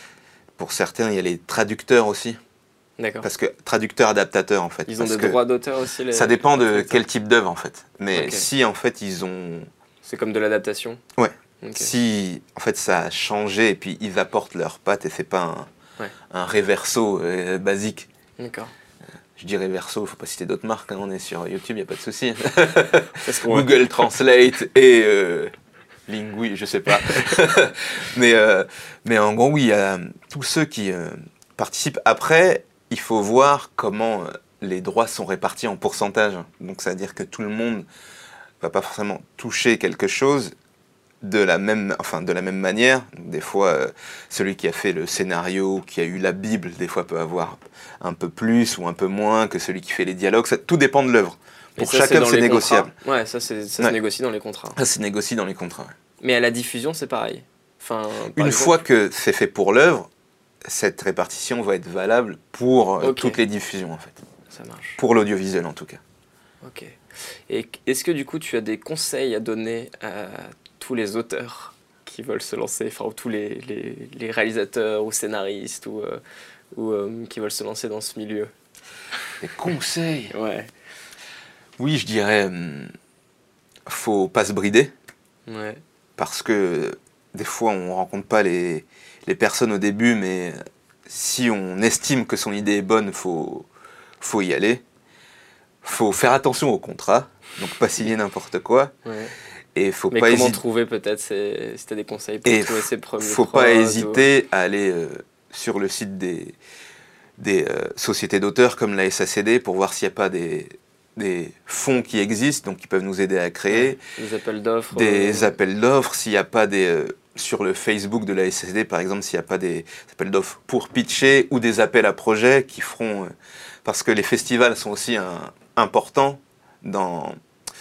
pour certains, il y a les traducteurs aussi, D'accord. parce que traducteurs, adaptateurs en fait. Ils ont parce des que droits d'auteur aussi. Les... ça dépend de les- quel type d'œuvre en fait. Mais Ok. si en fait ils ont C'est comme de l'adaptation. Ouais. Ok. Si en fait ça a changé et puis ils apportent leurs pattes et c'est pas un, Ouais. un reverso euh, basique. D'accord. Je dis reverso, faut pas citer d'autres marques, hein, on est sur YouTube, y a pas de souci. Parce qu'on- Google Translate et euh, Lingui, je sais pas. mais, euh, mais en gros, oui, il y a tous ceux qui euh, participent. Après, il faut voir comment euh, les droits sont répartis en pourcentage. Donc ça veut dire que tout le monde va pas forcément toucher quelque chose de la même, enfin, de la même manière. Des fois, euh, celui qui a fait le scénario, qui a eu la Bible, des fois peut avoir un peu plus ou un peu moins que celui qui fait les dialogues. Ça, tout dépend de l'œuvre. Et Pour ça, chacun, dans c'est les négociable. contrats. Ouais, ça, c'est- ça Ouais. se négocie dans les contrats. Ça, c'est négocié dans les contrats. ouais. Mais à la diffusion, c'est pareil. Enfin, par Une exemple- fois que c'est fait pour l'œuvre, cette répartition va être valable pour euh, Ok. toutes les diffusions, en fait. Ça marche. Pour l'audiovisuel, en tout cas. Ok. Et est-ce que du coup, tu as des conseils à donner à tous les auteurs qui veulent se lancer, enfin, ou tous les, les, les réalisateurs ou scénaristes ou, euh, ou euh, qui veulent se lancer dans ce milieu? Des conseils. Ouais. Oui, je dirais, hum, faut pas se brider. Ouais. Parce que des fois on rencontre pas les, les personnes au début, mais si on estime que son idée est bonne, faut, faut y aller. Faut faire attention au contrat, donc pas signer n'importe quoi. Ouais. Et faut Mais pas comment hésiter. trouver peut-être ces- si tu as des conseils pour Et trouver f- ses premiers faut prods pas ou- hésiter à aller euh, sur le site des, des euh, sociétés d'auteurs comme la S A C D pour voir s'il n'y a pas des, des fonds qui existent, donc qui peuvent nous aider à créer. Ouais, des appels d'offres. Des euh... appels d'offres, s'il n'y a pas des... Euh, sur le Facebook de la S S D, par exemple, s'il n'y a pas des appels d'offres pour pitcher ou des appels à projets qui feront... Euh, parce que les festivals sont aussi un, importants dans,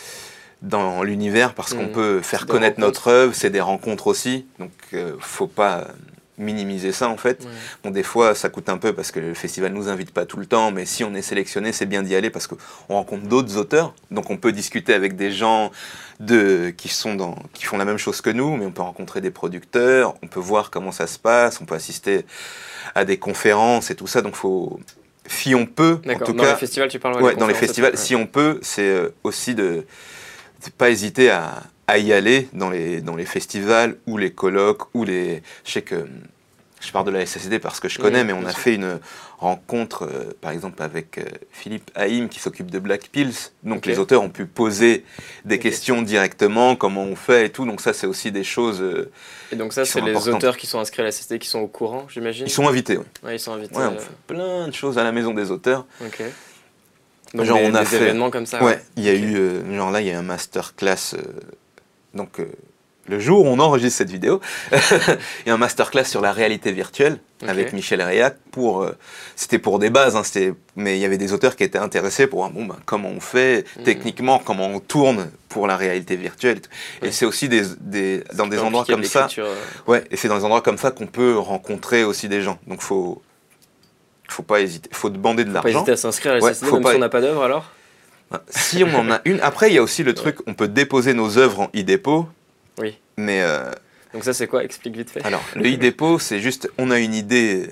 dans l'univers, parce mmh. qu'on peut faire connaître notre œuvre, c'est des rencontres aussi, donc il euh, ne faut pas minimiser ça en fait. Ouais. Bon, des fois ça coûte un peu parce que le festival ne nous invite pas tout le temps, mais si on est sélectionné, c'est bien d'y aller parce qu'on rencontre d'autres auteurs, donc on peut discuter avec des gens de, qui, sont dans, qui font la même chose que nous, mais on peut rencontrer des producteurs, on peut voir comment ça se passe, on peut assister à des conférences et tout ça, donc faut... Si on peut, en tout dans cas, les festivals, tu parles ouais, dans les festivals, ouais. Si on peut, c'est aussi de ne pas hésiter à, à y aller dans les, dans les festivals ou les colloques ou les... Je sais que je parle de la S S D parce que je connais, mmh, mais on a sûr. fait une rencontre, euh, par exemple, avec euh, Philippe Haïm qui s'occupe de Black Pills. Donc okay. les auteurs ont pu poser des okay. questions directement, comment on fait et tout. Donc ça, c'est aussi des choses euh, Et donc ça, c'est les importantes. Auteurs qui sont inscrits à la S S D qui sont au courant, j'imagine. Ils sont invités, oui. Ouais, ils sont invités. Ouais, on fait plein de choses à la maison des auteurs. Ok. Donc genre, des, on a des fait... événements comme ça. Ouais, il y a okay. eu, euh, genre là, il y a un masterclass. Euh, donc... Euh, le jour où on enregistre cette vidéo, il y a un masterclass sur la réalité virtuelle okay. avec Michel Réac. Pour, euh, c'était pour des bases, hein, mais il y avait des auteurs qui étaient intéressés pour bon, ben, comment on fait mmh. techniquement, comment on tourne pour la réalité virtuelle. Et ouais. c'est aussi des, des, dans des endroits comme ça. Euh... Ouais, et c'est dans des endroits comme ça qu'on peut rencontrer aussi des gens. Donc faut, faut pas hésiter. Faut demander de l'argent. Faut pas hésiter à s'inscrire à la S S D, ouais, même pas... si on n'a pas d'œuvre alors. Si on en a une. Après, il y a aussi le truc, on peut déposer nos œuvres en e-dépôt. Oui. Mais euh, donc ça c'est quoi? Explique vite fait. Alors le e-dépôt c'est juste on a une idée,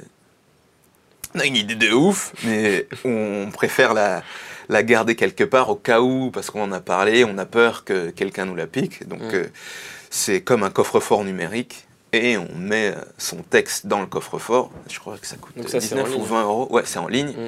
on a une idée de ouf, mais on préfère la, la garder quelque part au cas où parce qu'on en a parlé, on a peur que quelqu'un nous la pique. Donc mmh. euh, c'est comme un coffre-fort numérique et on met son texte dans le coffre-fort. Je crois que ça coûte ça, dix-neuf ou vingt euros. Ouais, c'est en ligne. Mmh.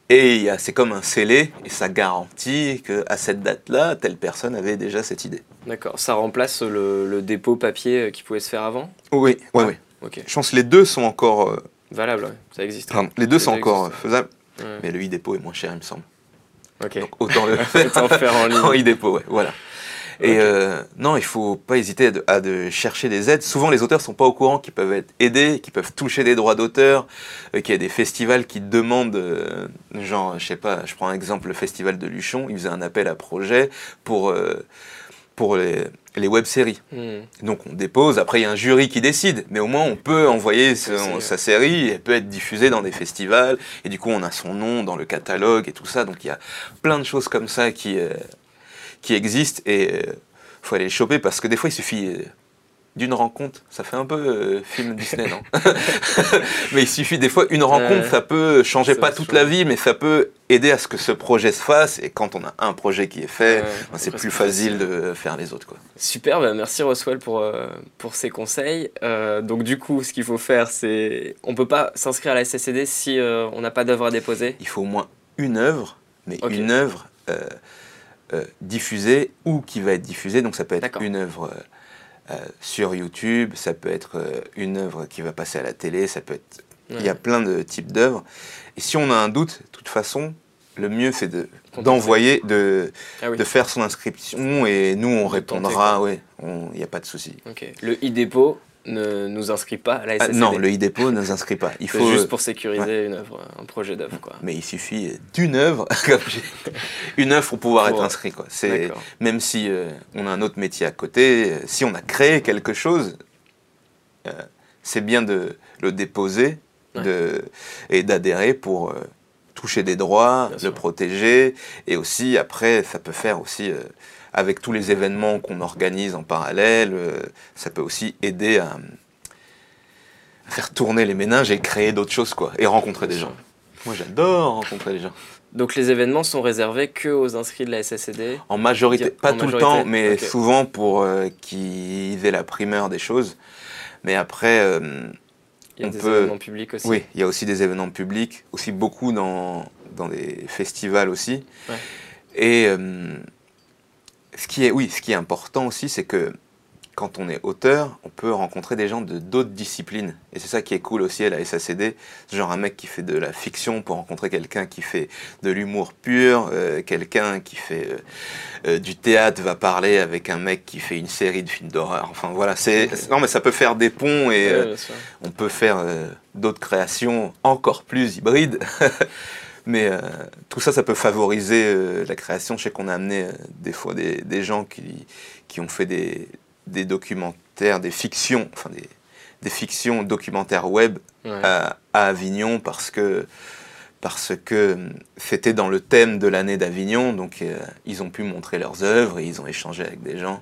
Et c'est comme un scellé, et ça garantit qu'à cette date-là, telle personne avait déjà cette idée. D'accord. Ça remplace le, le dépôt papier qui pouvait se faire avant? Oui, oui, oui. Okay. Je pense que les deux sont encore... Euh... Valables, ouais. Ça existe. Pardon, les deux sont encore existe. faisables, ouais. mais le e-dépôt est moins cher, il me semble. Ok. Donc autant le faire, autant faire en ligne. En e-dépôt, ouais, voilà. Et okay. euh, non, il ne faut pas hésiter à de, à de chercher des aides. Souvent, les auteurs ne sont pas au courant qu'ils peuvent être aidés, qu'ils peuvent toucher des droits d'auteur, euh, qu'il y a des festivals qui demandent, euh, genre, je sais pas, je prends un exemple, le festival de Luchon, il faisait un appel à projet pour, euh, pour les, les web-séries. Mm. Donc on dépose, après il y a un jury qui décide, mais au moins on peut envoyer son, sa série, elle peut être diffusée dans des festivals, et du coup on a son nom dans le catalogue et tout ça, donc il y a plein de choses comme ça qui... Euh, qui existent et il euh, faut aller les choper parce que des fois il suffit euh, d'une rencontre, ça fait un peu euh, film Disney, non? Mais il suffit des fois une rencontre, euh, ça peut changer pas toute la vie, mais ça peut aider à ce que ce projet se fasse et quand on a un projet qui est fait, euh, ben, c'est plus facile de faire les autres, quoi. Super, bah merci Roswell pour, euh, pour ces conseils. Euh, donc du coup, ce qu'il faut faire, c'est... On peut pas s'inscrire à la S S D si euh, on n'a pas d'œuvre à déposer? Il faut au moins une œuvre, mais okay. une œuvre... Euh, Euh, diffusée ou qui va être diffusée, donc ça peut être une œuvre euh, sur YouTube, ça peut être euh, une œuvre qui va passer à la télé, ça peut être... Ouais. Il y a plein de types d'œuvres. Et si on a un doute, de toute façon, le mieux c'est de, d'envoyer, de, ah oui. de faire son inscription et nous on de répondra, il n'y a pas de souci. Okay. Le e-dépôt ne nous inscrit pas à la S S D. Ah, non, le e-dépôt ne nous inscrit pas. Il faut juste pour sécuriser ouais. une œuvre, un projet d'œuvre, quoi. Mais il suffit d'une œuvre, une œuvre pour pouvoir pour... être inscrit, quoi. C'est même si euh, on a un autre métier à côté, euh, si on a créé quelque chose, euh, c'est bien de le déposer ouais. de, et d'adhérer pour euh, toucher des droits, bien le sûr. protéger, et aussi après ça peut faire aussi. Euh, Avec tous les événements qu'on organise en parallèle, euh, ça peut aussi aider à, à faire tourner les méninges et créer d'autres choses, quoi, et rencontrer des gens. Moi, j'adore rencontrer des gens. Donc les événements sont réservés qu'aux inscrits de la S S D? En majorité, pas en tout majorité. le temps, mais okay. souvent pour euh, qu'ils aient la primeur des choses. Mais après, euh, il y a on des peut... événements publics aussi. Oui, il y a aussi des événements publics, aussi beaucoup dans, dans des festivals aussi. Ouais. Et... Euh, Ce qui est, oui, ce qui est important aussi, c'est que quand on est auteur, on peut rencontrer des gens de d'autres disciplines. Et c'est ça qui est cool aussi à la S A C D. Genre un mec qui fait de la fiction pour rencontrer quelqu'un qui fait de l'humour pur, euh, quelqu'un qui fait euh, euh, du théâtre va parler avec un mec qui fait une série de films d'horreur. Enfin voilà, c'est non mais ça peut faire des ponts et euh, ouais, on peut faire euh, d'autres créations encore plus hybrides. Mais euh, tout ça, ça peut favoriser euh, la création. Je sais qu'on a amené euh, des fois des, des gens qui, qui ont fait des, des documentaires, des fictions, enfin des, des fictions documentaires web ouais. à, à Avignon parce que, parce que c'était dans le thème de l'année d'Avignon. Donc euh, ils ont pu montrer leurs œuvres et ils ont échangé avec des gens.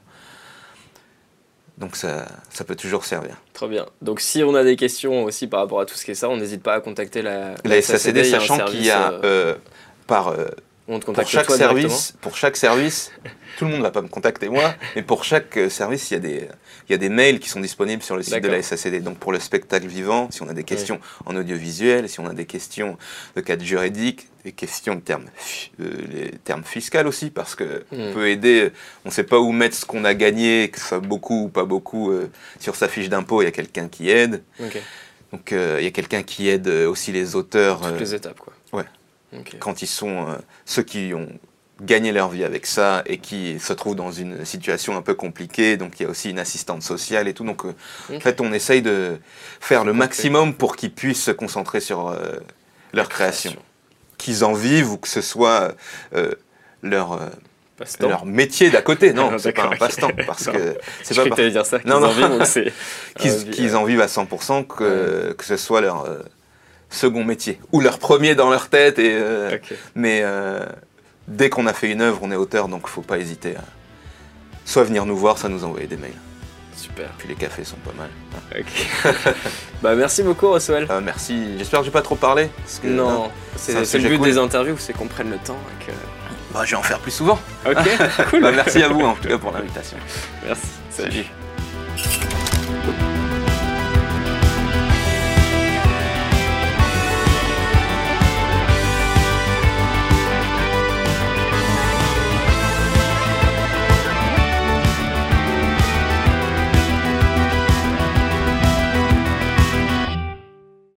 Donc ça, ça peut toujours servir. Très bien. Donc si on a des questions aussi par rapport à tout ce qui est ça, on n'hésite pas à contacter la, la, la S A C D, sachant qu'il y a euh, par euh, on te contacte pour chaque toi service, pour chaque service, tout le monde ne va pas me contacter moi, mais pour chaque service, il y a des il y a des mails qui sont disponibles sur le site de la S A C D. Donc pour le spectacle vivant, si on a des questions oui. en audiovisuel, si on a des questions de cadre juridique, des questions de termes, euh, les termes fiscaux aussi, parce que mmh. on peut aider, on ne sait pas où mettre ce qu'on a gagné, que ce soit beaucoup ou pas beaucoup, euh, sur sa fiche d'impôt, il y a quelqu'un qui aide. Okay. Donc euh, il y a quelqu'un qui aide aussi les auteurs. Toutes euh, les étapes, quoi. Ouais. Okay. Quand ils sont euh, ceux qui ont gagné leur vie avec ça et qui se trouvent dans une situation un peu compliquée, donc il y a aussi une assistante sociale et tout. Donc euh, okay. en fait, on essaye de faire le maximum pour qu'ils puissent se concentrer sur euh, leur création. création. Qu'ils en vivent ou que ce soit euh, leur, euh, leur métier d'à côté. Non, ah, c'est pas un passe-temps. Parce que c'est je pas par... dire ça, qu'ils non, non. en vivent, donc c'est... qu'ils, euh, qu'ils en vivent à cent pour cent, que, ouais. que ce soit leur euh, second métier. Ou leur premier dans leur tête. Et, euh, okay. Mais euh, dès qu'on a fait une œuvre, on est auteur, donc il ne faut pas hésiter à soit venir nous voir, soit nous envoyer des mails. Super. Puis les cafés sont pas mal. Ok. Bah merci beaucoup Roswell. Euh, merci. J'espère que j'ai pas trop parlé. Parce que, non, non, c'est, c'est, c'est le but cool. des interviews, c'est qu'on prenne le temps. Et que... Bah je vais en faire plus souvent. Ok, cool. Bah, merci à vous en tout cas pour l'invitation. Merci. Salut. Salut.